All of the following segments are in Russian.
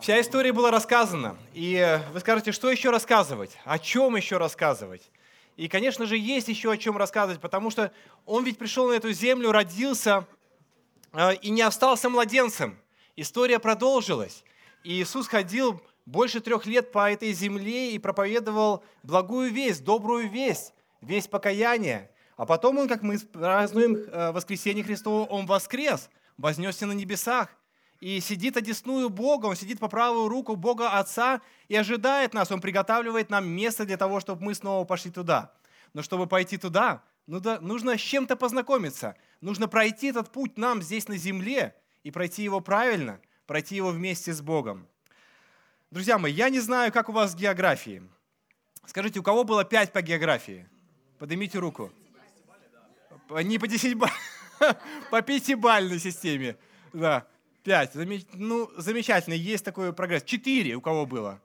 Вся история была рассказана. И вы скажете, что еще рассказывать? О чем еще рассказывать? И, конечно же, есть еще о чем рассказывать, потому что он ведь пришел на эту землю, родился и не остался младенцем. История продолжилась. И Иисус ходил больше 3 лет по этой земле и проповедовал благую весть, добрую весть, весть покаяния. А потом он, как мы празднуем воскресение Христово, он воскрес, вознесся на небесах. И сидит одесную Бога, Он сидит по правую руку Бога Отца и ожидает нас. Он приготавливает нам место для того, чтобы мы снова пошли туда. Но чтобы пойти туда, нужно с чем-то познакомиться. Нужно пройти этот путь нам здесь на земле и пройти его правильно, пройти его вместе с Богом. Друзья мои, я не знаю, как у вас с географией. Скажите, у кого было 5 по географии? Поднимите руку. Не по 10 баллов, по 5-бальной системе. Да. 5. Замечательно, есть такой прогресс. 4 у кого было?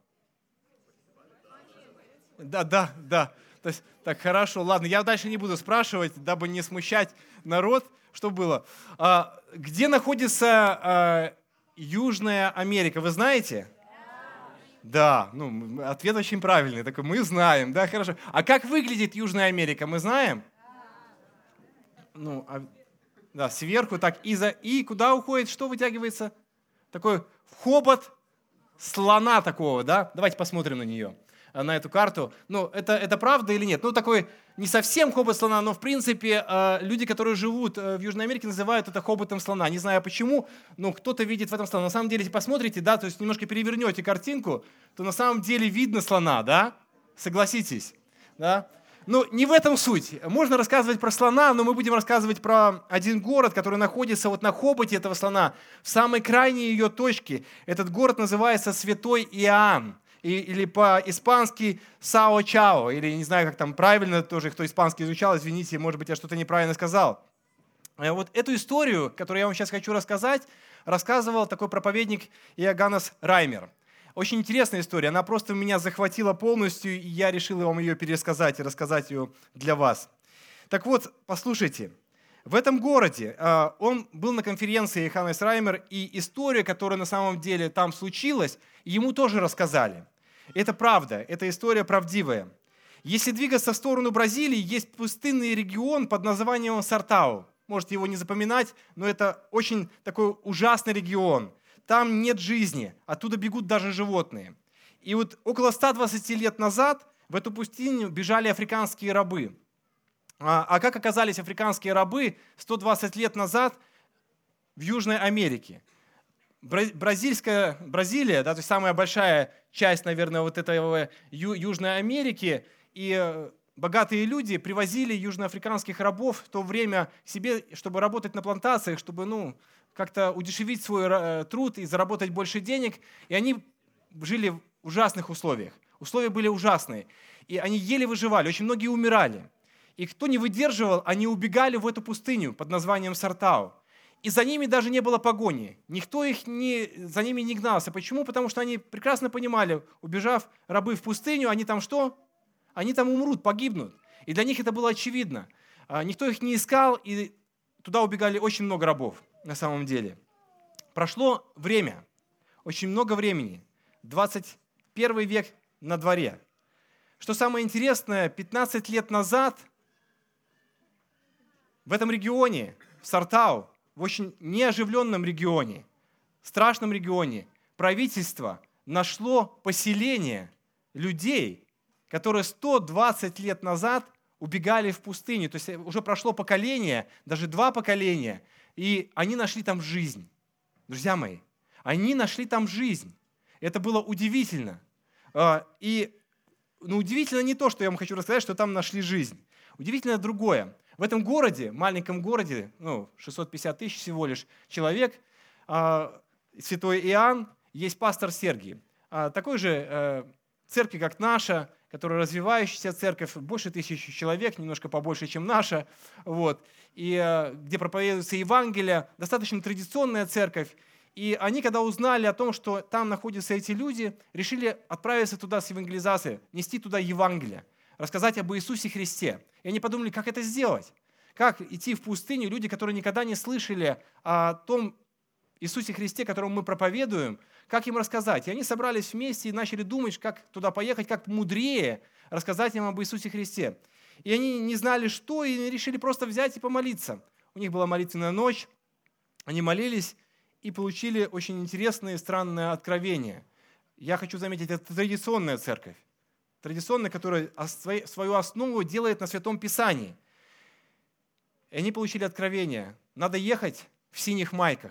Да. То есть, так, хорошо, ладно, я дальше не буду спрашивать, дабы не смущать народ, что было. Где находится Южная Америка, вы знаете? Да, ответ очень правильный, такой, мы знаем, да, хорошо. А как выглядит Южная Америка, мы знаем? Да, сверху так, и куда уходит, что вытягивается? Такой хобот слона такого, да? Давайте посмотрим на нее, на эту карту. Это правда или нет? Такой не совсем хобот слона, но в принципе люди, которые живут в Южной Америке, называют это хоботом слона. Не знаю почему, но кто-то видит в этом слона. На самом деле, если посмотрите, да, то есть немножко перевернете картинку, то на самом деле видно слона, да? Согласитесь, да? Не в этом суть. Можно рассказывать про слона, но мы будем рассказывать про один город, который находится вот на хоботе этого слона, в самой крайней ее точке. Этот город называется Святой Иоанн, или по-испански Сао-Чао, или не знаю, как там правильно, тоже кто испанский изучал, извините, может быть, я что-то неправильно сказал. Вот эту историю, которую я вам сейчас хочу рассказать, рассказывал такой проповедник Иоганнес Раймер. Очень интересная история, она просто меня захватила полностью, и я решил вам ее пересказать и рассказать ее для вас. Так вот, послушайте, в этом городе он был на конференции Иоганнес Раймер, и история, которая на самом деле там случилась, ему тоже рассказали. Это правда, эта история правдивая. Если двигаться в сторону Бразилии, есть пустынный регион под названием Сартау. Можете его не запоминать, но это очень такой ужасный регион. Там нет жизни, оттуда бегут даже животные. И вот около 120 лет назад в эту пустыню бежали африканские рабы. А как оказались африканские рабы 120 лет назад в Южной Америке? Бразилия, да, то есть самая большая часть, наверное, вот этой Южной Америки, и богатые люди привозили южноафриканских рабов в то время к себе, чтобы работать на плантациях, чтобы, как-то удешевить свой труд и заработать больше денег. И они жили в ужасных условиях. Условия были ужасные. И они еле выживали, очень многие умирали. И кто не выдерживал, они убегали в эту пустыню под названием Сартау. И за ними даже не было погони. Никто за ними не гнался. Почему? Потому что они прекрасно понимали, убежав рабы в пустыню, они там что? Они там умрут, погибнут. И для них это было очевидно. Никто их не искал, и туда убегали очень много рабов. На самом деле. Прошло время, очень много времени, 21 век на дворе. Что самое интересное, 15 лет назад в этом регионе, в Сартау, в очень неоживленном регионе, страшном регионе, правительство нашло поселение людей, которые 120 лет назад убегали в пустыню. То есть уже прошло поколение, даже 2 поколения, и они нашли там жизнь. Друзья мои, они нашли там жизнь. Это было удивительно. И удивительно не то, что я вам хочу рассказать, что там нашли жизнь. Удивительно другое. В этом городе, маленьком городе, 650 тысяч всего лишь человек, Святой Иоанн, есть пастор Сергий. Такой же церкви, как наша, которая развивающаяся церковь, больше 1000 человек, немножко побольше, чем наша, и где проповедуется Евангелие, достаточно традиционная церковь. И они, когда узнали о том, что там находятся эти люди, решили отправиться туда с евангелизацией, нести туда Евангелие, рассказать об Иисусе Христе. И они подумали, как это сделать? Как идти в пустыню, люди, которые никогда не слышали о том Иисусе Христе, которому мы проповедуем, как им рассказать. И они собрались вместе и начали думать, как туда поехать, как мудрее рассказать им об Иисусе Христе. И они не знали, что, и решили просто взять и помолиться. У них была молитвенная ночь, они молились и получили очень интересное и странное откровение. Я хочу заметить, это традиционная церковь. Традиционная, которая свою основу делает на Святом Писании. И они получили откровение. Надо ехать в синих майках.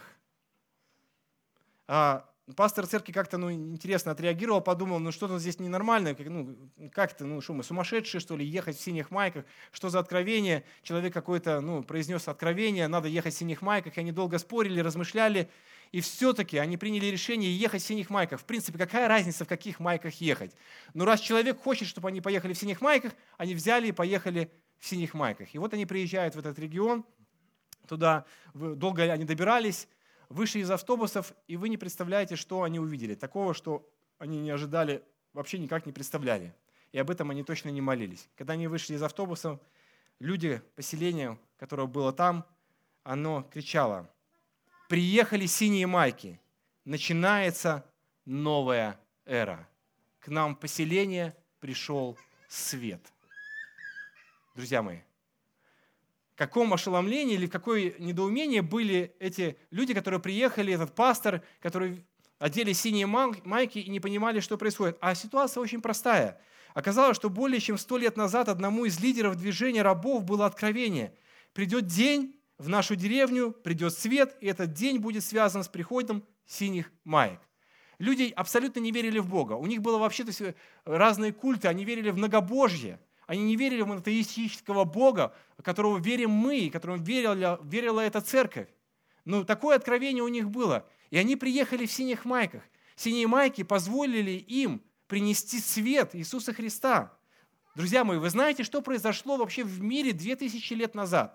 Пастор церкви как-то интересно отреагировал, подумал, что-то здесь ненормально, как-то, что мы сумасшедшие, что ли, ехать в синих майках, что за откровение? Человек какой-то, произнес откровение, надо ехать в синих майках, и они долго спорили, размышляли, и все-таки они приняли решение ехать в синих майках. В принципе, какая разница, в каких майках ехать? Но раз человек хочет, чтобы они поехали в синих майках, они взяли и поехали в синих майках. И вот они приезжают в этот регион, туда долго они добирались, вышли из автобусов, и вы не представляете, что они увидели. Такого, что они не ожидали, вообще никак не представляли. И об этом они точно не молились. Когда они вышли из автобуса, люди, поселение, которое было там, оно кричало: «Приехали синие майки, начинается новая эра. К нам в поселение пришел свет». Друзья мои, в каком ошеломлении или в какое недоумение были эти люди, которые приехали, этот пастор, который одели синие майки и не понимали, что происходит. А ситуация очень простая. Оказалось, что более чем 100 лет назад одному из лидеров движения рабов было откровение. Придет день, в нашу деревню придет свет, и этот день будет связан с приходом синих маек. Люди абсолютно не верили в Бога. У них было вообще-то разные культы, они верили в многобожье. Они не верили в монотеистического Бога, в которого верим мы, и которому верила эта церковь. Но такое откровение у них было. И они приехали в синих майках. Синие майки позволили им принести свет Иисуса Христа. Друзья мои, вы знаете, что произошло вообще в мире 2000 лет назад?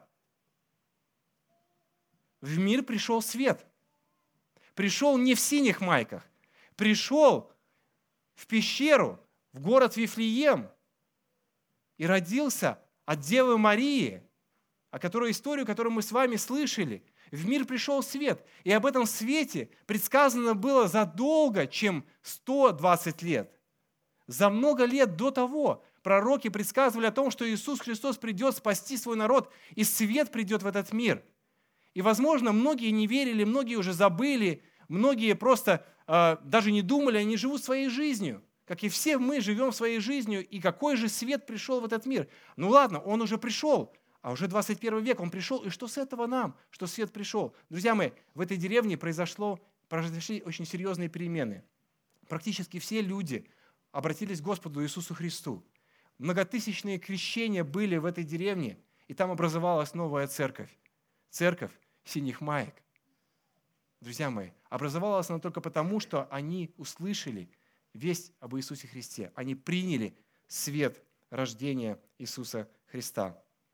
В мир пришел свет. Пришел не в синих майках. Пришел в пещеру, в город Вифлеем, и родился от Девы Марии, историю, которую мы с вами слышали. В мир пришел свет. И об этом свете предсказано было задолго, чем 120 лет. За много лет до того пророки предсказывали о том, что Иисус Христос придет спасти свой народ, и свет придет в этот мир. И, возможно, многие не верили, многие уже забыли, многие просто даже не думали, они живут своей жизнью. Как и все мы живем своей жизнью, и какой же свет пришел в этот мир? Ну ладно, он уже пришел, а уже 21 век он пришел, и что с этого нам, что свет пришел? Друзья мои, в этой деревне произошли очень серьезные перемены. Практически все люди обратились к Господу Иисусу Христу. Многотысячные крещения были в этой деревне, и там образовалась новая церковь. Церковь синих маек. Друзья мои, образовалась она только потому, что они услышали весть об Иисусе Христе. Они приняли свет рождения Иисуса Христа.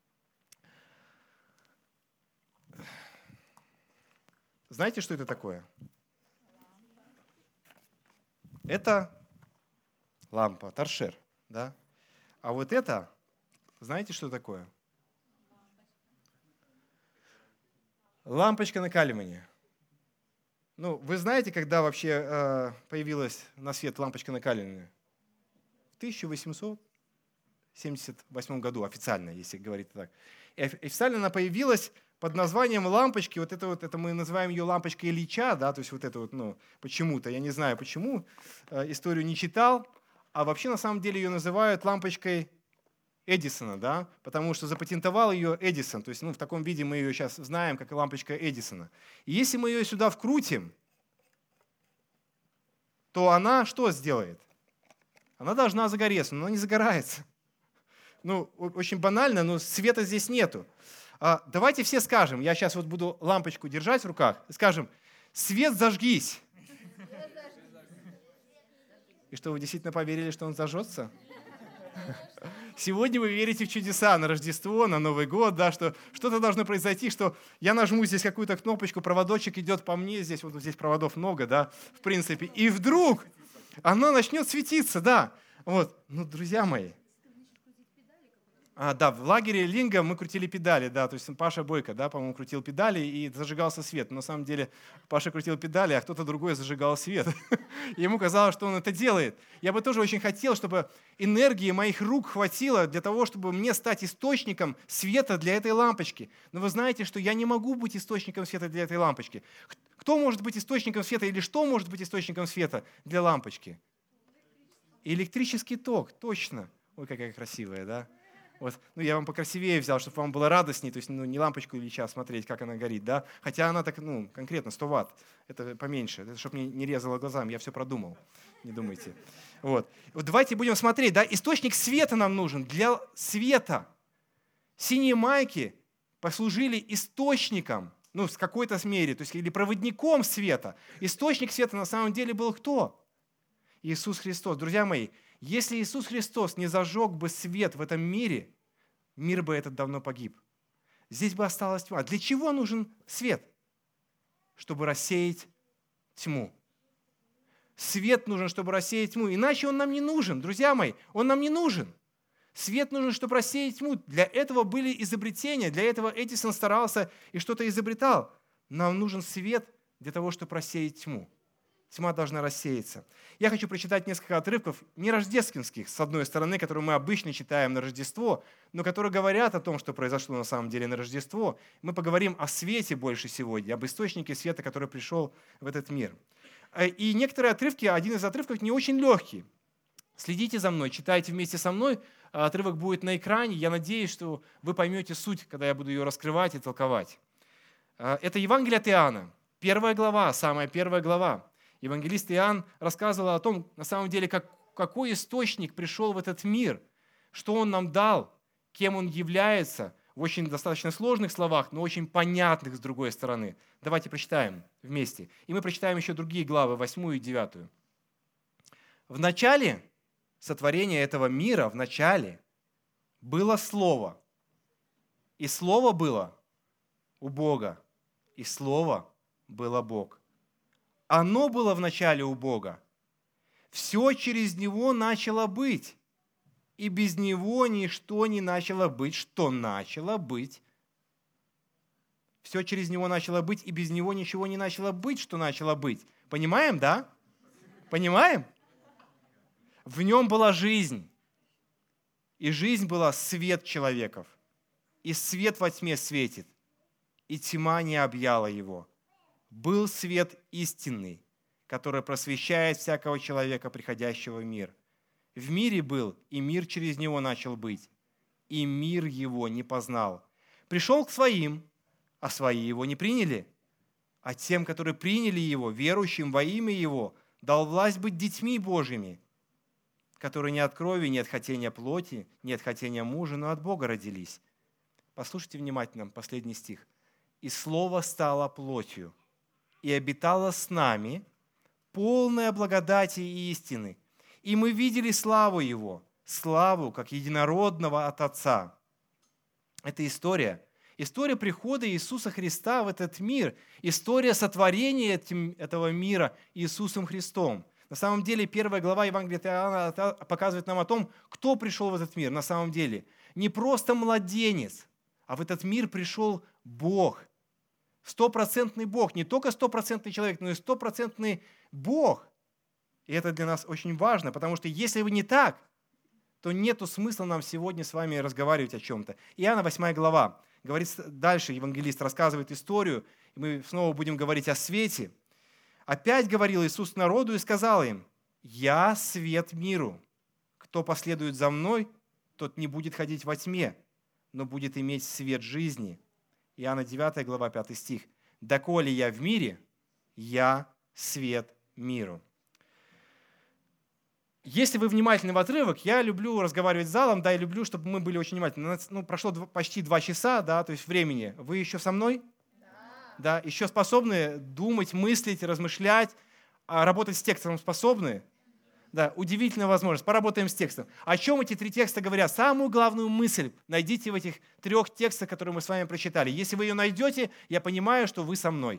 Знаете, что это такое? Это лампа, торшер, да? А вот это, знаете, что такое? Лампочка накаливания. Вы знаете, когда вообще появилась на свет лампочка накаливания? В 1878 году, официально, если говорить так. И официально она появилась под названием лампочки. Вот это мы называем ее лампочкой Ильича, да, то есть вот это почему-то, я не знаю почему, историю не читал, а вообще на самом деле ее называют лампочкой Эдисона, да, потому что запатентовал ее Эдисон. То есть в таком виде мы ее сейчас знаем, как лампочка Эдисона. И если мы ее сюда вкрутим, то она что сделает? Она должна загореться, но она не загорается. Очень банально, но света здесь нету. Давайте все скажем, я сейчас вот буду лампочку держать в руках, и скажем: свет, зажгись. И что, вы действительно поверили, что он зажжется? Сегодня вы верите в чудеса на Рождество, на Новый год, да, что что-то должно произойти, что я нажму здесь какую-то кнопочку, проводочек идет по мне, здесь проводов много, да, в принципе, и вдруг оно начнет светиться, да. Друзья мои, Да, в лагере Линга мы крутили педали, да, то есть Паша Бойко, да, по-моему, крутил педали и зажигался свет. Но на самом деле Паша крутил педали, а кто-то другой зажигал свет. И ему казалось, что он это делает. Я бы тоже очень хотел, чтобы энергии моих рук хватило для того, чтобы мне стать источником света для этой лампочки. Но вы знаете, что я не могу быть источником света для этой лампочки. Кто может быть источником света или что может быть источником света для лампочки? Электрический ток, точно. Ой, какая красивая, да? Вот. Ну, я вам покрасивее взял, чтобы вам было радостнее, то есть не лампочку Ильича смотреть, как она горит, да? Хотя она так, конкретно 100 ватт, это поменьше, это чтобы мне не резало глазам, я все продумал, не думайте. Вот давайте будем смотреть, да? Источник света нам нужен для света. Синие майки послужили источником, в какой-то мере, то есть или проводником света. Источник света на самом деле был кто? Иисус Христос. Друзья мои, если Иисус Христос не зажег бы свет в этом мире, мир бы этот давно погиб. Здесь бы осталась тьма. Для чего нужен свет? Чтобы рассеять тьму. Свет нужен, чтобы рассеять тьму. Иначе он нам не нужен, друзья мои. Он нам не нужен. Свет нужен, чтобы рассеять тьму. Для этого были изобретения. Для этого Эдисон старался и что-то изобретал. Нам нужен свет для того, чтобы рассеять тьму. Тьма должна рассеяться. Я хочу прочитать несколько отрывков, не рождественских, с одной стороны, которые мы обычно читаем на Рождество, но которые говорят о том, что произошло на самом деле на Рождество. Мы поговорим о свете больше сегодня, об источнике света, который пришел в этот мир. И некоторые отрывки, один из отрывков не очень легкий. Следите за мной, читайте вместе со мной. Отрывок будет на экране. Я надеюсь, что вы поймете суть, когда я буду ее раскрывать и толковать. Это Евангелие от Иоанна, 1 глава, самая 1 глава. Евангелист Иоанн рассказывал о том, на самом деле, какой источник пришел в этот мир, что он нам дал, кем он является, в очень достаточно сложных словах, но очень понятных с другой стороны. Давайте прочитаем вместе. И мы прочитаем еще другие главы, 8 и 9. В начале сотворения этого мира, в начале было Слово, и Слово было у Бога, и Слово было Бог. Оно было в начале у Бога. Все через Него начало быть. И без Него ничто не начало быть, что начало быть. Все через Него начало быть, и без Него ничего не начало быть, что начало быть. Понимаем, да? Понимаем? В Нем была жизнь. И жизнь была свет человеков. И свет во тьме светит. И тьма не объяла Его. Был свет истинный, который просвещает всякого человека, приходящего в мир. В мире был, и мир через него начал быть, и мир его не познал. Пришел к своим, а свои его не приняли. А тем, которые приняли его, верующим во имя его, дал власть быть детьми Божьими, которые не от крови, не от хотения плоти, не от хотения мужа, но от Бога родились. Послушайте внимательно последний стих. «И Слово стало плотью, и обитала с нами, полная благодати и истины. И мы видели славу Его, славу, как единородного от Отца». Это история. История прихода Иисуса Христа в этот мир. История сотворения этого мира Иисусом Христом. На самом деле, 1 глава Евангелия от Иоанна показывает нам о том, кто пришел в этот мир. На самом деле, не просто младенец, а в этот мир пришел Бог. Стопроцентный Бог, не только стопроцентный человек, но и стопроцентный Бог. И это для нас очень важно, потому что если вы не так, то нету смысла нам сегодня с вами разговаривать о чем-то. Иоанна 8 глава, говорит дальше, евангелист рассказывает историю, и мы снова будем говорить о свете. Опять говорил Иисус народу и сказал им: «Я свет миру. Кто последует за мной, тот не будет ходить во тьме, но будет иметь свет жизни». Иоанна 9 глава 5 стих. «Доколе я в мире, я свет миру». Если вы внимательны в отрывок, я люблю разговаривать с залом, да, и люблю, чтобы мы были очень внимательны. Прошло почти 2 часа, да, то есть времени. Вы еще со мной? Да. Еще способны думать, мыслить, размышлять, работать с текстом способны? Да, удивительная возможность. Поработаем с текстом. О чем эти 3 текста говорят? Самую главную мысль найдите в этих 3 текстах, которые мы с вами прочитали. Если вы ее найдете, я понимаю, что вы со мной.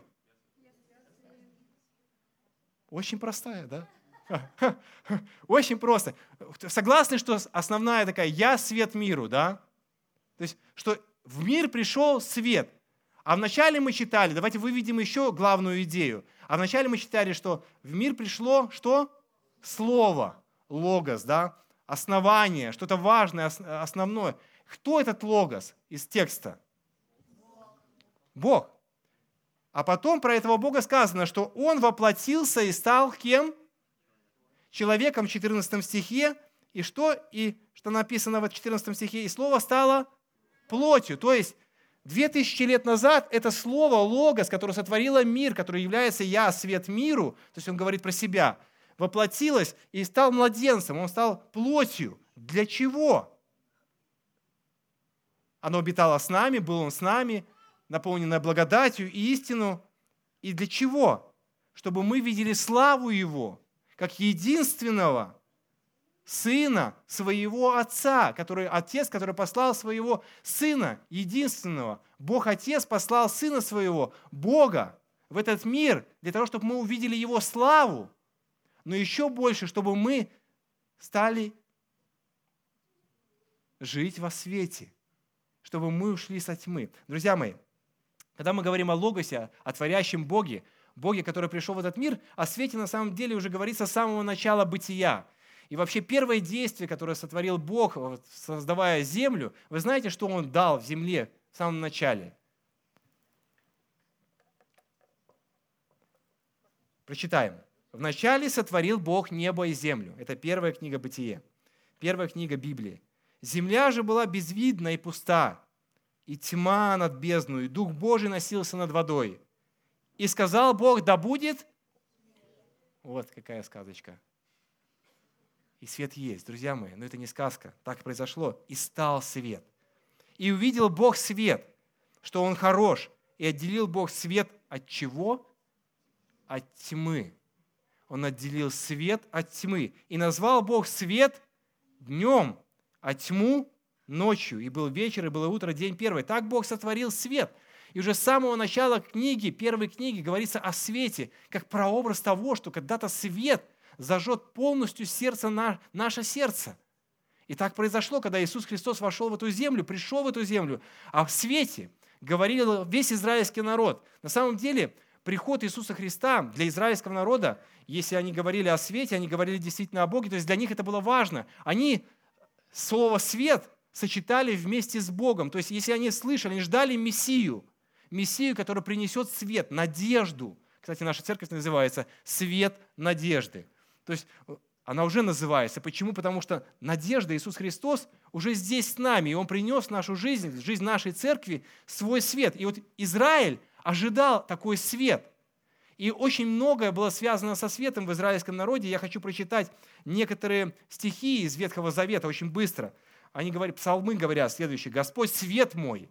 Очень простая, да? Очень просто. Согласны, что основная такая «я свет миру», да? То есть, что в мир пришел свет. А вначале мы читали, давайте выведем еще главную идею. А вначале мы читали, что в мир пришло что? Слово, логос, да? Основание, что-то важное, основное. Кто этот логос из текста? Бог. А потом про этого Бога сказано, что Он воплотился и стал кем? Человеком в 14 стихе. И что написано в 14 стихе? И Слово стало плотью. То есть 2000 лет назад это Слово, логос, которое сотворило мир, которое является «Я, свет миру», то есть Он говорит про себя, воплотилось и стал младенцем, Он стал плотью. Для чего? Оно обитало с нами, был Он с нами, наполненное благодатью и истину. И для чего? Чтобы мы видели славу Его, как единственного Сына своего Отца, Отец, который послал своего Сына, единственного. Бог Отец послал Сына своего, Бога, в этот мир, для того, чтобы мы увидели Его славу, но еще больше, чтобы мы стали жить во свете, чтобы мы ушли со тьмы. Друзья мои, когда мы говорим о Логосе, о творящем Боге, Боге, который пришел в этот мир, о свете на самом деле уже говорится с самого начала бытия. И вообще первое действие, которое сотворил Бог, создавая землю, вы знаете, что Он дал в земле в самом начале? Прочитаем. «Вначале сотворил Бог небо и землю». Это первая книга Бытие, первая книга Библии. «Земля же была безвидна и пуста, и тьма над бездной, и Дух Божий носился над водой. И сказал Бог, да будет...» Вот какая сказочка. И свет есть, друзья мои, но это не сказка, так произошло. И стал свет. И увидел Бог свет, что Он хорош, и отделил Бог свет от чего? От тьмы. Он отделил свет от тьмы. И назвал Бог свет днем, а тьму ночью. И был вечер, и было утро, день первый. Так Бог сотворил свет. И уже с самого начала книги, первой книги, говорится о свете, как прообраз того, что когда-то свет зажжет полностью наше сердце. И так произошло, когда Иисус Христос вошел в эту землю, пришел в эту землю, а в свете говорил весь израильский народ. На самом деле, приход Иисуса Христа для израильского народа, если они говорили о свете, они говорили действительно о Боге, то есть для них это было важно. Они слово «свет» сочетали вместе с Богом. То есть если они слышали, они ждали Мессию, который принесет свет, надежду. Кстати, наша церковь называется «Свет надежды». То есть она уже называется. Почему? Потому что надежда, Иисус Христос уже здесь с нами, и Он принес в нашу жизнь, жизнь нашей церкви, свой свет. И вот Израиль ожидал такой свет. И очень многое было связано со светом в израильском народе. Я хочу прочитать некоторые стихи из Ветхого Завета очень быстро. Они говорят, псалмы говорят следующее. «Господь свет мой».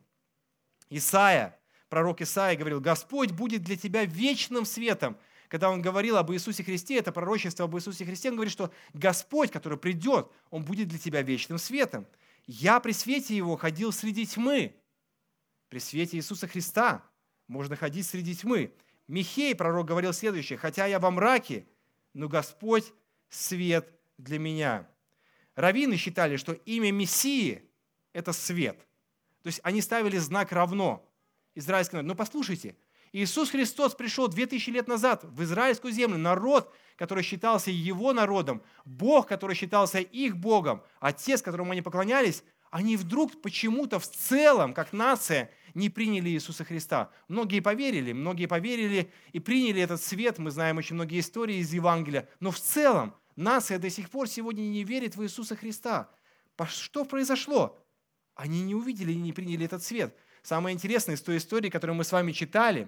Исайя, пророк Исайя говорил, «Господь будет для тебя вечным светом». Когда он говорил об Иисусе Христе, это пророчество об Иисусе Христе, он говорит, что Господь, который придет, Он будет для тебя вечным светом. «Я при свете Его ходил среди тьмы». При свете Иисуса Христа можно ходить среди тьмы. Михей, пророк, говорил следующее, «Хотя я во мраке, но Господь свет для меня». Раввины считали, что имя Мессии – это свет. То есть они ставили знак равно израильскому народу. Но послушайте, Иисус Христос пришел 2000 лет назад в израильскую землю, народ, который считался Его народом, Бог, который считался их Богом, Отец, которому они поклонялись, они вдруг почему-то в целом, как нация, не приняли Иисуса Христа. Многие поверили и приняли этот свет. Мы знаем очень многие истории из Евангелия. Но в целом нация до сих пор сегодня не верит в Иисуса Христа. Что произошло? Они не увидели и не приняли этот свет. Самое интересное из той истории, которую мы с вами читали,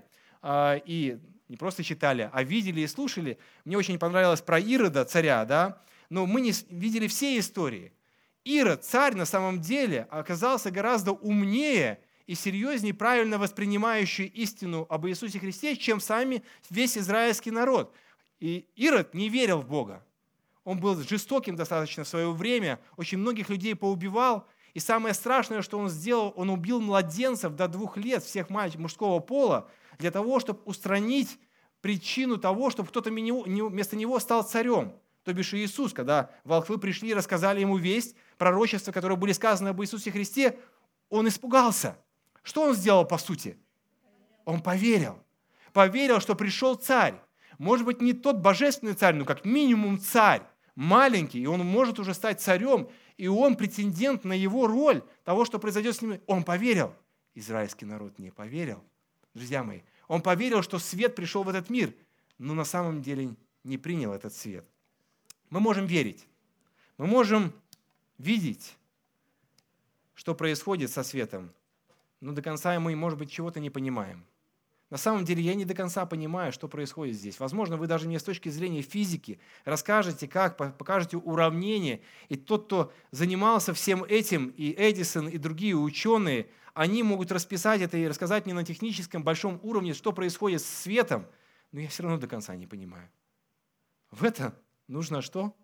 и не просто читали, а видели и слушали, мне очень понравилось про Ирода, царя, да? Но мы не видели все истории. Ирод, царь, на самом деле оказался гораздо умнее и серьезнее, правильно воспринимающий истину об Иисусе Христе, чем сами весь израильский народ. И Ирод не верил в Бога. Он был жестоким достаточно в свое время, очень многих людей поубивал. И самое страшное, что он сделал, он убил младенцев до 2 лет, всех мужского пола, для того, чтобы устранить причину того, чтобы кто-то вместо него стал царем. То бишь Иисус, когда волхвы пришли и рассказали ему весть, пророчества, которые были сказаны об Иисусе Христе, он испугался. Что он сделал по сути? Он поверил. Поверил, что пришел царь. Может быть, не тот божественный царь, но как минимум царь. Маленький, и он может уже стать царем, и он претендент на его роль того, что произойдет с ним. Он поверил. Израильский народ не поверил. Друзья мои, он поверил, что свет пришел в этот мир, но на самом деле не принял этот свет. Мы можем верить, мы можем видеть, что происходит со светом, но до конца мы, может быть, чего-то не понимаем. На самом деле я не до конца понимаю, что происходит здесь. Возможно, вы даже не с точки зрения физики расскажете, как, покажете уравнение. И тот, кто занимался всем этим, и Эдисон, и другие ученые, они могут расписать это и рассказать мне на техническом большом уровне, что происходит с светом, но я все равно до конца не понимаю. В это нужно что?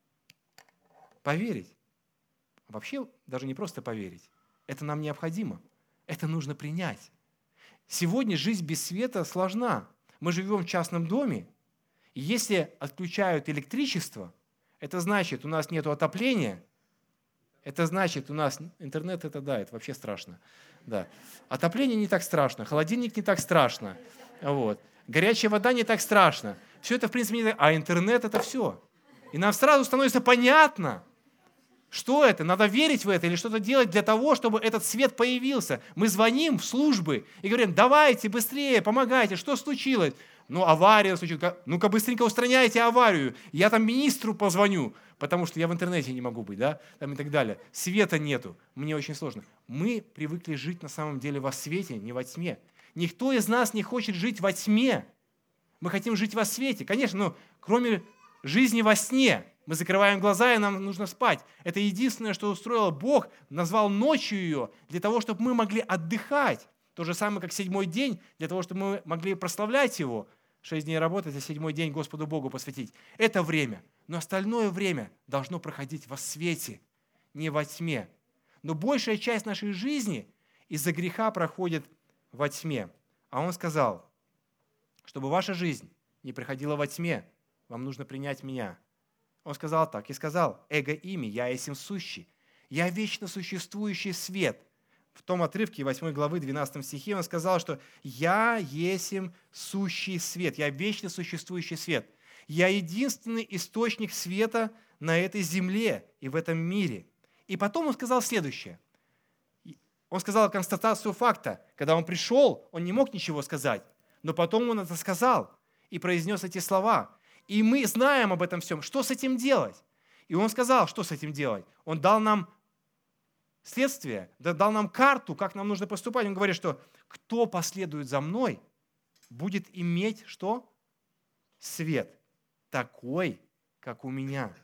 Поверить. Вообще даже не просто поверить. Это нам необходимо. Это нужно принять. Сегодня жизнь без света сложна. Мы живем в частном доме, и если отключают электричество, это значит, у нас нет отопления, это значит, у нас интернет, это да, это вообще страшно. Да. Отопление не так страшно, холодильник не так страшно, вот. Горячая вода не так страшно. Все это, в принципе, не так, а интернет – это все. И нам сразу становится понятно, что это? Надо верить в это или что-то делать для того, чтобы этот свет появился. Мы звоним в службы и говорим, давайте быстрее, помогайте, что случилось? Ну, авария случилась. Ну-ка, быстренько устраняйте аварию. Я там министру позвоню, потому что я в интернете не могу быть, да, там и так далее. Света нету, мне очень сложно. Мы привыкли жить на самом деле во свете, не во тьме. Никто из нас не хочет жить во тьме. Мы хотим жить во свете. Конечно, но кроме жизни во сне, мы закрываем глаза, и нам нужно спать. Это единственное, что устроил Бог, назвал ночью ее, для того, чтобы мы могли отдыхать. То же самое, как 7-й день, для того, чтобы мы могли прославлять Его. 6 дней работать, а 7-й день Господу Богу посвятить. Это время. Но остальное время должно проходить во свете, не во тьме. Но большая часть нашей жизни из-за греха проходит во тьме. А Он сказал, чтобы ваша жизнь не проходила во тьме, вам нужно принять Меня. Он сказал так, и сказал, «Эго ими, я есмь сущий, я вечно существующий свет». В том отрывке 8 главы 12 стихе он сказал, что «Я есмь сущий свет, я вечно существующий свет». Я единственный источник света на этой земле и в этом мире. И потом он сказал следующее. Он сказал констатацию факта. Когда он пришел, он не мог ничего сказать, но потом он это сказал и произнес эти слова. И мы знаем об этом всем. Что с этим делать? И он сказал, что с этим делать. Он дал нам следствие, дал нам карту, как нам нужно поступать. Он говорит, что кто последует за мной, будет иметь что? Свет. Такой, как у меня.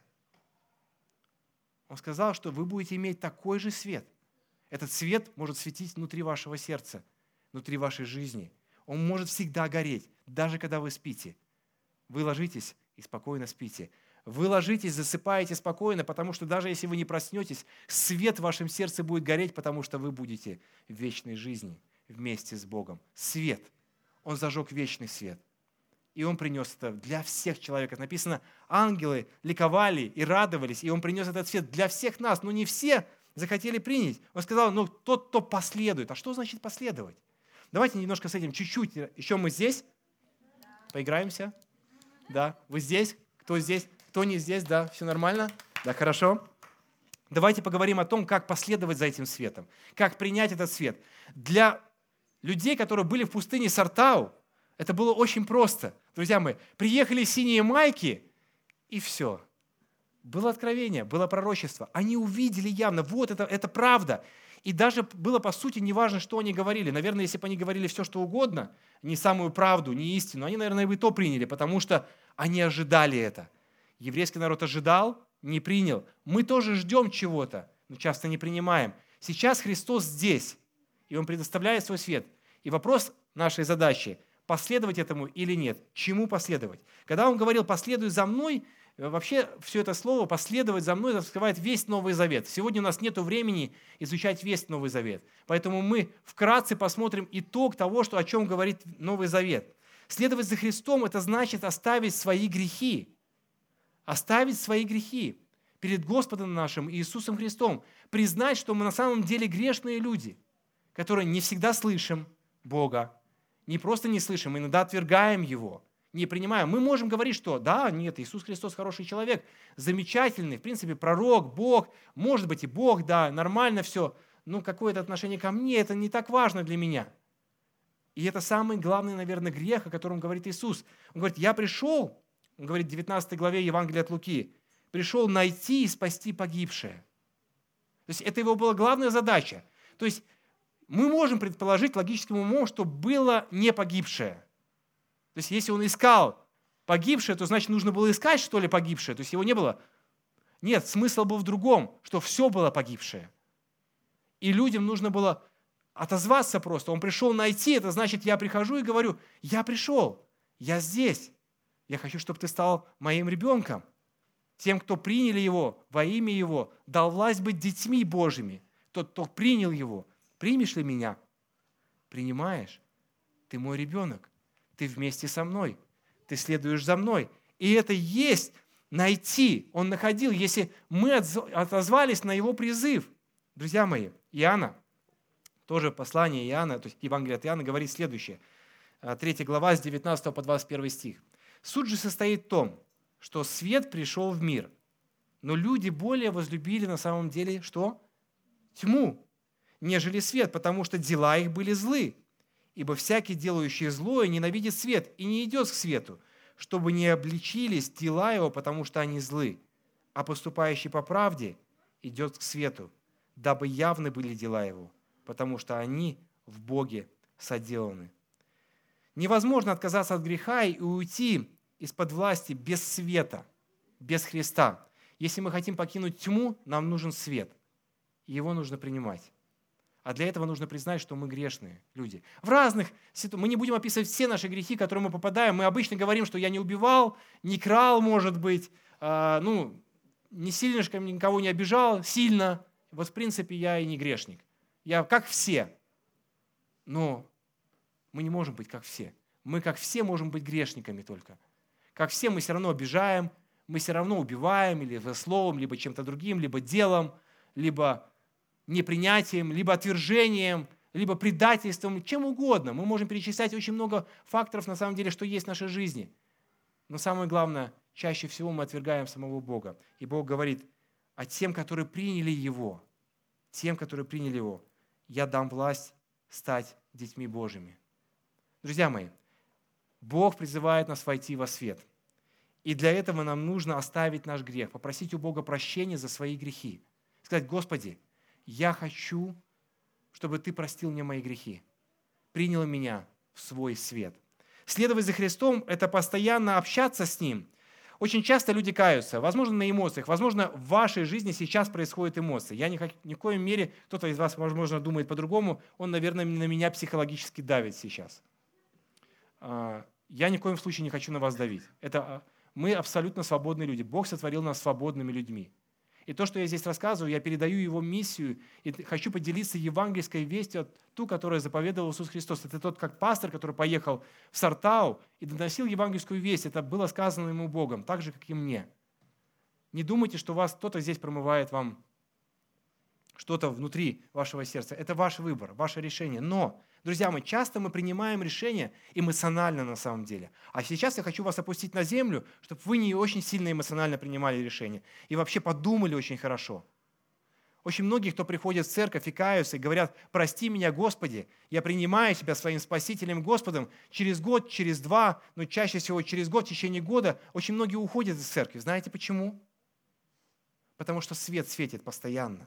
Он сказал, что вы будете иметь такой же свет. Этот свет может светить внутри вашего сердца, внутри вашей жизни. Он может всегда гореть, даже когда вы спите. Вы ложитесь и спокойно спите. Вы ложитесь, засыпаете спокойно, потому что даже если вы не проснетесь, свет в вашем сердце будет гореть, потому что вы будете в вечной жизни вместе с Богом. Свет. Он зажег вечный свет. И Он принес это для всех человек. Написано, ангелы ликовали и радовались, и Он принес этот свет для всех нас. Но не все захотели принять. Он сказал, тот, кто последует. А что значит последовать? Давайте немножко с этим чуть-чуть. Еще мы здесь? Поиграемся? Да, вы здесь? Кто здесь? Кто не здесь? Да, все нормально? Да, хорошо. Давайте поговорим о том, как последовать за этим светом, как принять этот свет. Для людей, которые были в пустыне Сартау, это было очень просто. Друзья мои, приехали синие майки, и все. Было откровение, было пророчество. Они увидели явно, вот это правда. И даже было, по сути, неважно, что они говорили. Наверное, если бы они говорили все, что угодно, не самую правду, не истину, они, наверное, бы и то приняли, потому что они ожидали это. Еврейский народ ожидал, не принял. Мы тоже ждем чего-то, но часто не принимаем. Сейчас Христос здесь, и Он предоставляет свой свет. И вопрос нашей задачи – последовать этому или нет. Чему последовать? Когда Он говорил «последуй за мной», вообще все это слово «последовать за мной» раскрывает весь Новый Завет. Сегодня у нас нет времени изучать весь Новый Завет. Поэтому мы вкратце посмотрим итог того, о чем говорит Новый Завет. Следовать за Христом – это значит оставить свои грехи. Оставить свои грехи. перед Господом нашим Иисусом Христом. Признать, что мы на самом деле грешные люди, которые не всегда слышим Бога, не просто не слышим, иногда отвергаем Его, не принимаем. Мы можем говорить, что да, нет, Иисус Христос хороший человек, замечательный, в принципе, пророк, Бог, может быть и Бог, да, нормально все, но какое-то отношение ко мне, это не так важно для меня. И это самый главный, наверное, грех, о котором говорит Иисус. Он говорит, я пришел, он говорит в 19 главе Евангелия от Луки, пришел найти и спасти погибшее. То есть это его была главная задача. То есть мы можем предположить логическим умом, что было не погибшее. То есть если он искал погибшее, то значит нужно было искать, что ли, погибшее. То есть его не было. Нет, смысл был в другом, что все было погибшее. И людям нужно было отозваться просто. Он пришел найти, это значит, я прихожу и говорю, я пришел, я здесь. Я хочу, чтобы ты стал моим ребенком. Тем, кто приняли его во имя его, дал власть быть детьми Божьими. Тот, кто принял его. Примешь ли меня? Принимаешь. Ты мой ребенок. Ты вместе со мной. Ты следуешь за мной. И это есть найти. Он находил, если мы отозвались на его призыв. Друзья мои, Иоанна, тоже послание Иоанна, то есть Евангелие от Иоанна, говорит следующее. 3 глава с 19 по 21 стих. «Суть же состоит в том, что свет пришел в мир, но люди более возлюбили на самом деле что? Тьму, нежели свет, потому что дела их были злы. Ибо всякий, делающий злое, ненавидит свет и не идет к свету, чтобы не обличились дела его, потому что они злы. А поступающий по правде идет к свету, дабы явны были дела его, потому что они в Боге соделаны». Невозможно отказаться от греха и уйти из-под власти без света, без Христа. Если мы хотим покинуть тьму, нам нужен свет, и его нужно принимать. А для этого нужно признать, что мы грешные люди. В разных ситуациях. Мы не будем описывать все наши грехи, в которые мы попадаем. Мы обычно говорим, что я не убивал, не крал, может быть, не сильно никого не обижал, сильно. Вот в принципе я и не грешник. Я как все. Но мы не можем быть как все. Мы как все можем быть грешниками только. Как все мы все равно обижаем, мы все равно убиваем или словом, либо чем-то другим, либо делом, либо непринятием, либо отвержением, либо предательством, чем угодно. Мы можем перечислять очень много факторов, на самом деле, что есть в нашей жизни. Но самое главное, чаще всего мы отвергаем самого Бога. И Бог говорит, а тем, которые приняли Его, я дам власть стать детьми Божьими. Друзья мои, Бог призывает нас войти во свет. И для этого нам нужно оставить наш грех, попросить у Бога прощения за свои грехи. Сказать, Господи, я хочу, чтобы Ты простил мне мои грехи, принял меня в свой свет. Следовать за Христом – это постоянно общаться с Ним. Очень часто люди каются, возможно, на эмоциях, возможно, в вашей жизни сейчас происходят эмоции. Я ни в коем мере, кто-то из вас, возможно, думает по-другому, он, наверное, на меня психологически давит сейчас. Я ни в коем случае не хочу на вас давить. Мы абсолютно свободные люди. Бог сотворил нас свободными людьми. И то, что я здесь рассказываю, я передаю Его миссию и хочу поделиться евангельской вестью, ту, которую заповедовал Иисус Христос. Это тот, как пастор, который поехал в Сартау и доносил евангельскую весть. Это было сказано Ему Богом, так же, как и мне. Не думайте, что вас кто-то здесь промывает вам что-то внутри вашего сердца. Это ваш выбор, ваше решение. Но, друзья мои, часто мы принимаем решения эмоционально на самом деле. А сейчас я хочу вас опустить на землю, чтобы вы не очень сильно эмоционально принимали решения и вообще подумали очень хорошо. Очень многие, кто приходит в церковь и каются, и говорят, прости меня, Господи, я принимаю Тебя своим Спасителем Господом. Через год, через два, но чаще всего через год, в течение года, очень многие уходят из церкви. Знаете почему? Потому что свет светит постоянно.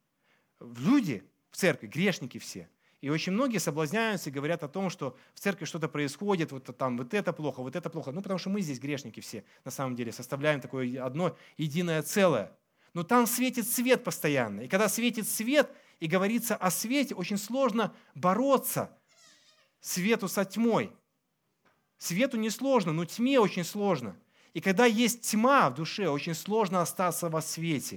Люди в церкви, грешники все. И очень многие соблазняются и говорят о том, что в церкви что-то происходит, вот это плохо, вот это плохо. Потому что мы здесь грешники все, на самом деле, составляем такое одно единое целое. Но там светит свет постоянно. И когда светит свет, и говорится о свете, очень сложно бороться свету со тьмой. Свету несложно, но тьме очень сложно. И когда есть тьма в душе, очень сложно остаться во свете.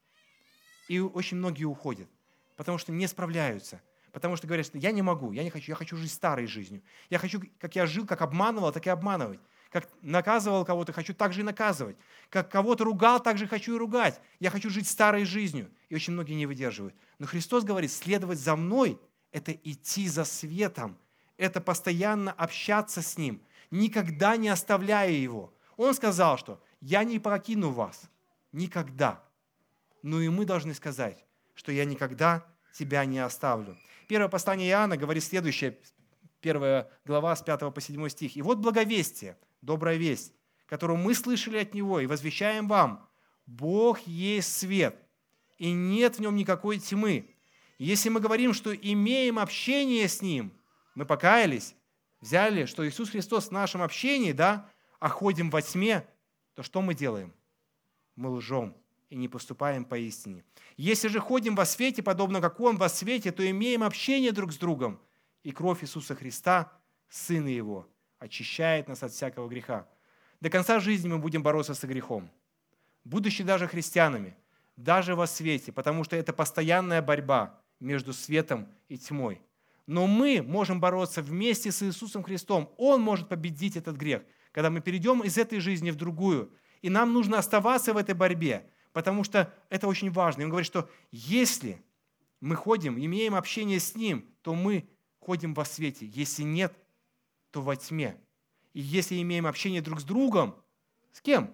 И очень многие уходят, потому что не справляются. Потому что говорят, что я не могу, я не хочу, я хочу жить старой жизнью. Я хочу, как я жил, как обманывал, так и обманывать. Как наказывал кого-то, хочу так же и наказывать. Как кого-то ругал, так же хочу и ругать. Я хочу жить старой жизнью. И очень многие не выдерживают. Но Христос говорит, следовать за мной – это идти за светом. Это постоянно общаться с Ним, никогда не оставляя Его. Он сказал, что «я не покину вас никогда». Но и мы должны сказать, что «я никогда тебя не оставлю». Первое послание Иоанна говорит следующее, 1 глава с 5 по 7 стих. «И вот благовестие, добрая весть, которую мы слышали от Него и возвещаем вам. Бог есть свет, и нет в нем никакой тьмы. Если мы говорим, что имеем общение с Ним, мы покаялись, взяли, что Иисус Христос в нашем общении, да, а ходим во тьме, то что мы делаем? Мы лжем и не поступаем поистине. Если же ходим во свете, подобно как Он во свете, то имеем общение друг с другом, и кровь Иисуса Христа, Сына Его, очищает нас от всякого греха. До конца жизни мы будем бороться с грехом, будучи даже христианами, даже во свете, потому что это постоянная борьба между светом и тьмой. Но мы можем бороться вместе с Иисусом Христом. Он может победить этот грех, когда мы перейдем из этой жизни в другую. И нам нужно оставаться в этой борьбе, потому что это очень важно. И он говорит, что если мы ходим, имеем общение с Ним, то мы ходим во свете. Если нет, то во тьме. И если имеем общение друг с другом, с кем?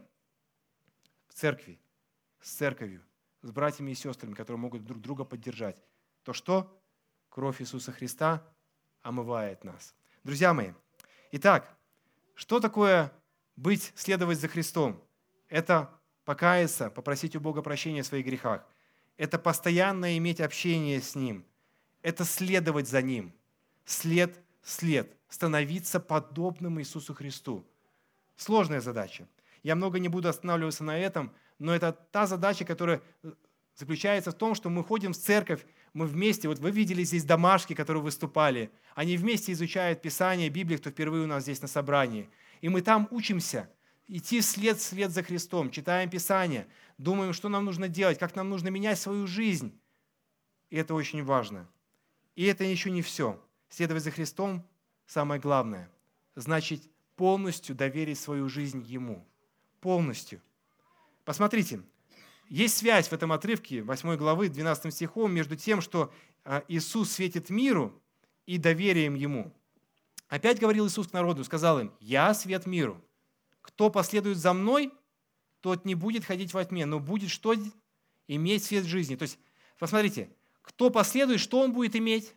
В церкви, с церковью, с братьями и сестрами, которые могут друг друга поддержать, то что? Кровь Иисуса Христа омывает нас. Друзья мои, итак, что такое следовать за Христом? Это покаяться, попросить у Бога прощения в своих грехах. Это постоянно иметь общение с Ним. Это следовать за Ним. След, становиться подобным Иисусу Христу. Сложная задача. Я много не буду останавливаться на этом, но это та задача, которая заключается в том, что мы ходим в церковь, мы вместе, вот вы видели здесь домашки, которые выступали, они вместе изучают Писание, Библию, кто впервые у нас здесь на собрании. И мы там учимся идти вслед за Христом, читаем Писание, думаем, что нам нужно делать, как нам нужно менять свою жизнь. И это очень важно. И это еще не все. Следовать за Христом – самое главное. Значит, полностью доверить свою жизнь Ему. Полностью. Посмотрите, есть связь в этом отрывке 8 главы 12 стихом между тем, что Иисус светит миру и доверием Ему. Опять говорил Иисус к народу, сказал им: «Я свет миру. Кто последует за Мной, тот не будет ходить во тьме, но будет что? Иметь свет жизни». То есть, посмотрите, кто последует, что он будет иметь?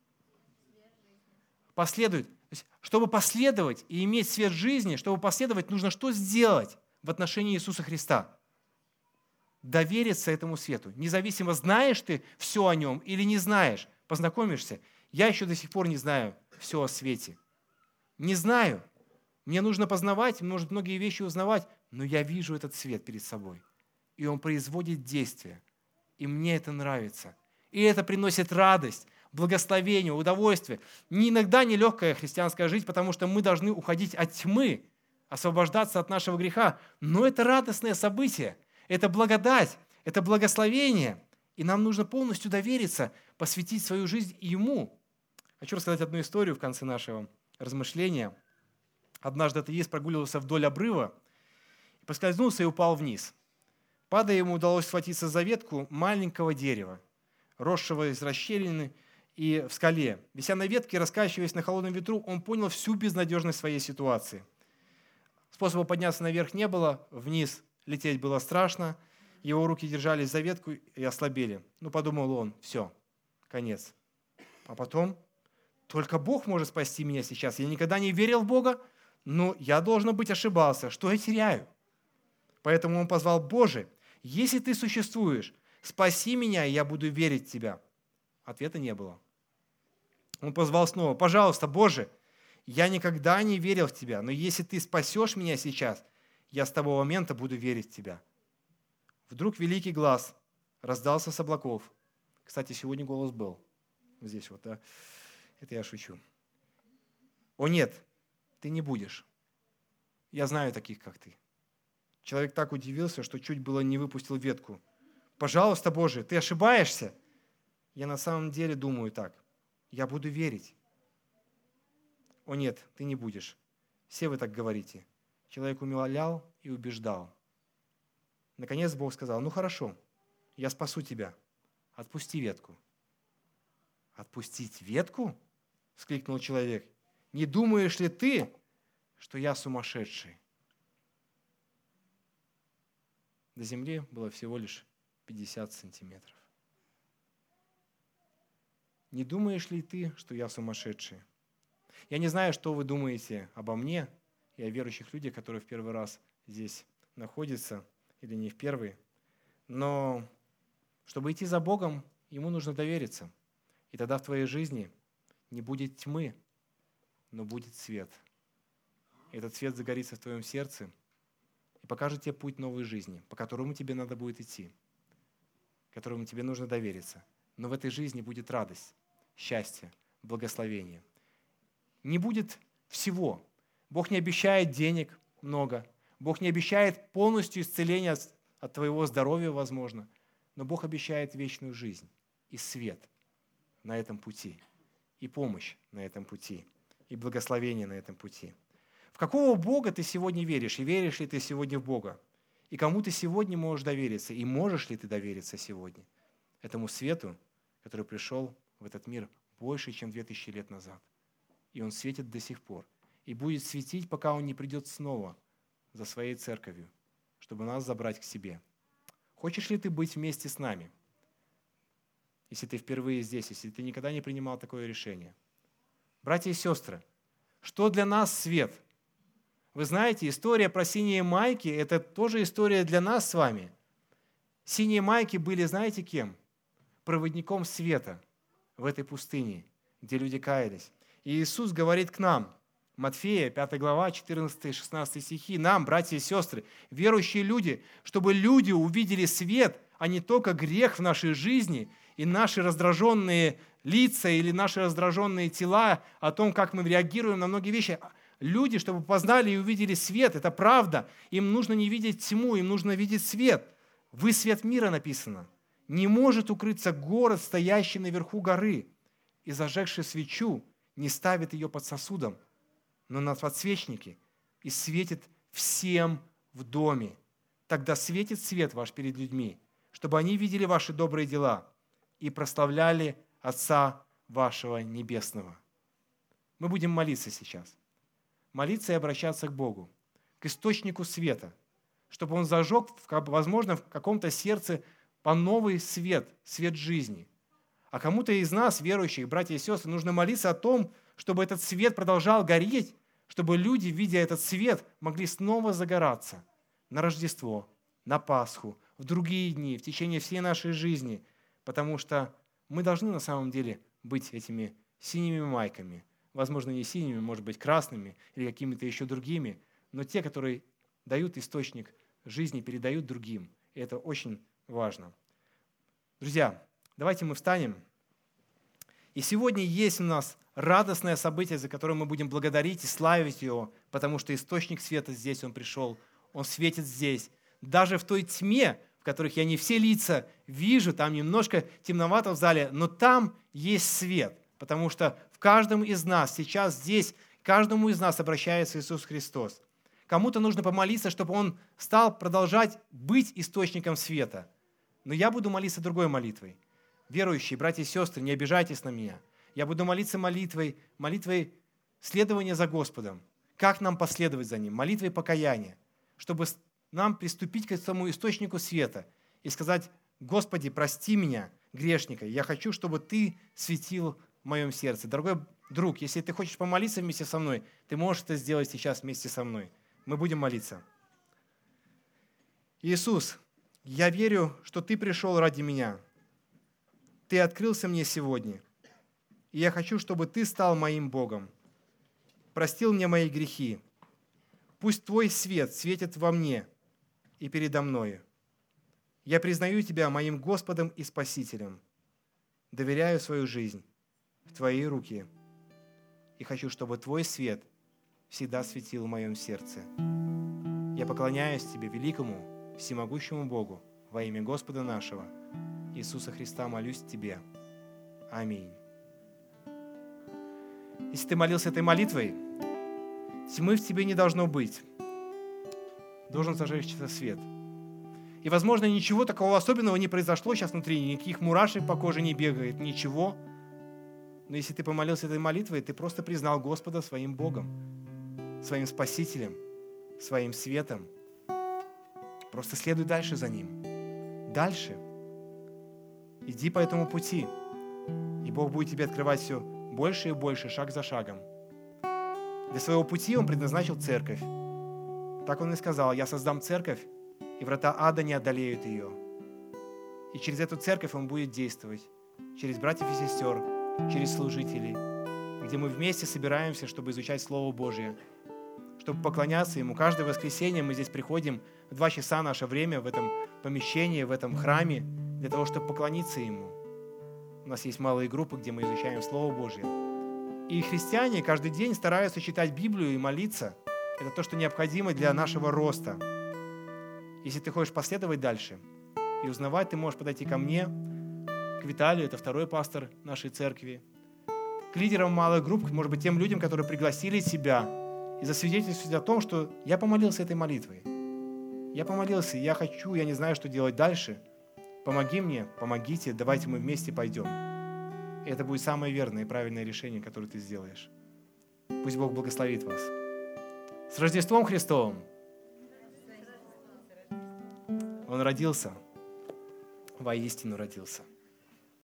Последует. То есть, чтобы последовать и иметь свет жизни, чтобы последовать, нужно что сделать в отношении Иисуса Христа? Довериться этому свету. Независимо, знаешь ты все о нем или не знаешь, познакомишься. Я еще до сих пор не знаю все о свете. Не знаю. Мне нужно познавать, мне нужно многие вещи узнавать, но я вижу этот свет перед собой. И он производит действие. И мне это нравится. И это приносит радость, благословение, удовольствие. Иногда нелегкая христианская жизнь, потому что мы должны уходить от тьмы, освобождаться от нашего греха. Но это радостное событие, это благодать, это благословение. И нам нужно полностью довериться, посвятить свою жизнь Ему. Хочу рассказать одну историю в конце нашего размышления. Однажды атеист прогуливался вдоль обрыва, поскользнулся и упал вниз. Падая, ему удалось схватиться за ветку маленького дерева, росшего из расщелины и в скале. Вися на ветке, раскачиваясь на холодном ветру, он понял всю безнадежность своей ситуации. Способа подняться наверх не было, вниз лететь было страшно, его руки держались за ветку и ослабели. Подумал он, все, конец. А потом, только Бог может спасти меня сейчас. Я никогда не верил в Бога, но я, должно быть, ошибался. Что я теряю? Поэтому он позвал: Боже, если ты существуешь, спаси меня, и я буду верить в тебя. Ответа не было. Он позвал снова: пожалуйста, Боже, я никогда не верил в тебя, но если ты спасешь меня сейчас, я с того момента буду верить в тебя. Вдруг великий глас раздался с облаков. Кстати, сегодня голос был. Здесь вот, да? Это я шучу. О нет, ты не будешь. Я знаю таких, как ты. Человек так удивился, что чуть было не выпустил ветку. Пожалуйста, Боже, ты ошибаешься? Я на самом деле думаю так. Я буду верить. О нет, ты не будешь. Все вы так говорите. Человек умолял и убеждал. Наконец Бог сказал: ну хорошо, я спасу тебя. Отпусти ветку. «Отпустить ветку?» — вскликнул человек. «Не думаешь ли ты, что я сумасшедший?» До земли было всего лишь 50 сантиметров. «Не думаешь ли ты, что я сумасшедший?» Я не знаю, что вы думаете обо мне и о верующих людях, которые в первый раз здесь находятся, или не в первый, но чтобы идти за Богом, Ему нужно довериться. И тогда в твоей жизни не будет тьмы, но будет свет. И этот свет загорится в твоем сердце и покажет тебе путь новой жизни, по которому тебе надо будет идти, которому тебе нужно довериться. Но в этой жизни будет радость, счастье, благословение. Не будет всего. Бог не обещает денег много. Бог не обещает полностью исцеления от твоего здоровья, возможно. Но Бог обещает вечную жизнь и свет на этом пути, и помощь на этом пути, и благословение на этом пути. В какого Бога ты сегодня веришь? И веришь ли ты сегодня в Бога? И кому ты сегодня можешь довериться? И можешь ли ты довериться сегодня этому свету, который пришел в этот мир больше, чем 2000 лет назад? И он светит до сих пор. И будет светить, пока он не придет снова за своей церковью, чтобы нас забрать к себе. Хочешь ли ты быть вместе с нами? Если ты впервые здесь, если ты никогда не принимал такое решение. Братья и сестры, что для нас свет? Вы знаете, история про синие майки – это тоже история для нас с вами. Синие майки были, знаете, кем? Проводником света в этой пустыне, где люди каялись. И Иисус говорит к нам, Матфея, 5 глава, 14-16 стихи, нам, братья и сестры, верующие люди, чтобы люди увидели свет, а не только грех в нашей жизни и наши раздраженные лица или наши раздраженные тела о том, как мы реагируем на многие вещи. Люди, чтобы познали и увидели свет, это правда. Им нужно не видеть тьму, им нужно видеть свет. «Вы свет мира» написано. Не может укрыться город, стоящий наверху горы, и зажегший свечу не ставит ее под сосудом, но на подсвечнике, и светит всем в доме. Тогда светит свет ваш перед людьми, чтобы они видели ваши добрые дела и прославляли Отца вашего Небесного. Мы будем молиться сейчас. Молиться и обращаться к Богу, к источнику света, чтобы Он зажег, возможно, в каком-то сердце по новый свет, свет жизни. А кому-то из нас, верующих, братья и сестры, нужно молиться о том, чтобы этот свет продолжал гореть, чтобы люди, видя этот свет, могли снова загораться на Рождество, на Пасху, в другие дни, в течение всей нашей жизни, потому что мы должны на самом деле быть этими синими майками, возможно, не синими, может быть, красными или какими-то еще другими, но те, которые дают источник жизни, передают другим. И это очень важно. Друзья, давайте мы встанем. И сегодня есть у нас радостное событие, за которое мы будем благодарить и славить Его, потому что источник света здесь, Он пришел, Он светит здесь. Даже в той тьме, в которых я не все лица вижу, там немножко темновато в зале, но там есть свет, потому что в каждом из нас сейчас здесь, каждому из нас обращается Иисус Христос. Кому-то нужно помолиться, чтобы Он стал продолжать быть источником света. Но я буду молиться другой молитвой. Верующие, братья и сестры, не обижайтесь на меня. Я буду молиться молитвой следования за Господом. Как нам последовать за Ним? Молитвой покаяния, чтобы нам приступить к этому источнику света и сказать: Господи, прости меня, грешника, я хочу, чтобы Ты светил в моем сердце. Дорогой друг, если ты хочешь помолиться вместе со мной, ты можешь это сделать сейчас вместе со мной. Мы будем молиться. Иисус, я верю, что Ты пришел ради меня. Ты открылся мне сегодня. И я хочу, чтобы Ты стал моим Богом. Простил мне мои грехи. Пусть Твой свет светит во мне и передо мною. Я признаю Тебя моим Господом и Спасителем. Доверяю свою жизнь в Твои руки. И хочу, чтобы Твой свет всегда светил в моем сердце. Я поклоняюсь Тебе, великому, всемогущему Богу, во имя Господа нашего, Иисуса Христа, молюсь Тебе. Аминь. Если ты молился этой молитвой, тьмы в тебе не должно быть. должен зажечься свет. И, возможно, ничего такого особенного не произошло сейчас внутри, никаких мурашек по коже не бегает, ничего. Но если ты помолился этой молитвой, ты просто признал Господа своим Богом, своим Спасителем, своим светом. Просто следуй дальше за Ним. Дальше. Иди по этому пути. И Бог будет тебе открывать все больше и больше, шаг за шагом. Для своего пути Он предназначил церковь. Так Он и сказал: «Я создам церковь, и врата ада не одолеют ее». И через эту церковь Он будет действовать. Через братьев и сестер, через служителей, где мы вместе собираемся, чтобы изучать Слово Божье, чтобы поклоняться Ему. Каждое воскресенье мы здесь приходим в 2 часа наше время в этом помещении, в этом храме, для того, чтобы поклониться Ему. У нас есть малые группы, где мы изучаем Слово Божье. И христиане каждый день стараются читать Библию и молиться. Это то, что необходимо для нашего роста. Если ты хочешь последовать дальше и узнавать, ты можешь подойти ко мне, к Виталию, это второй пастор нашей церкви, к лидерам малых групп, может быть, тем людям, которые пригласили себя, и засвидетельствовать о том, что я помолился этой молитвой. Я помолился, я хочу, я не знаю, что делать дальше. Помоги мне, помогите, давайте мы вместе пойдем. И это будет самое верное и правильное решение, которое ты сделаешь. Пусть Бог благословит вас. С Рождеством Христовым! Он родился, воистину родился.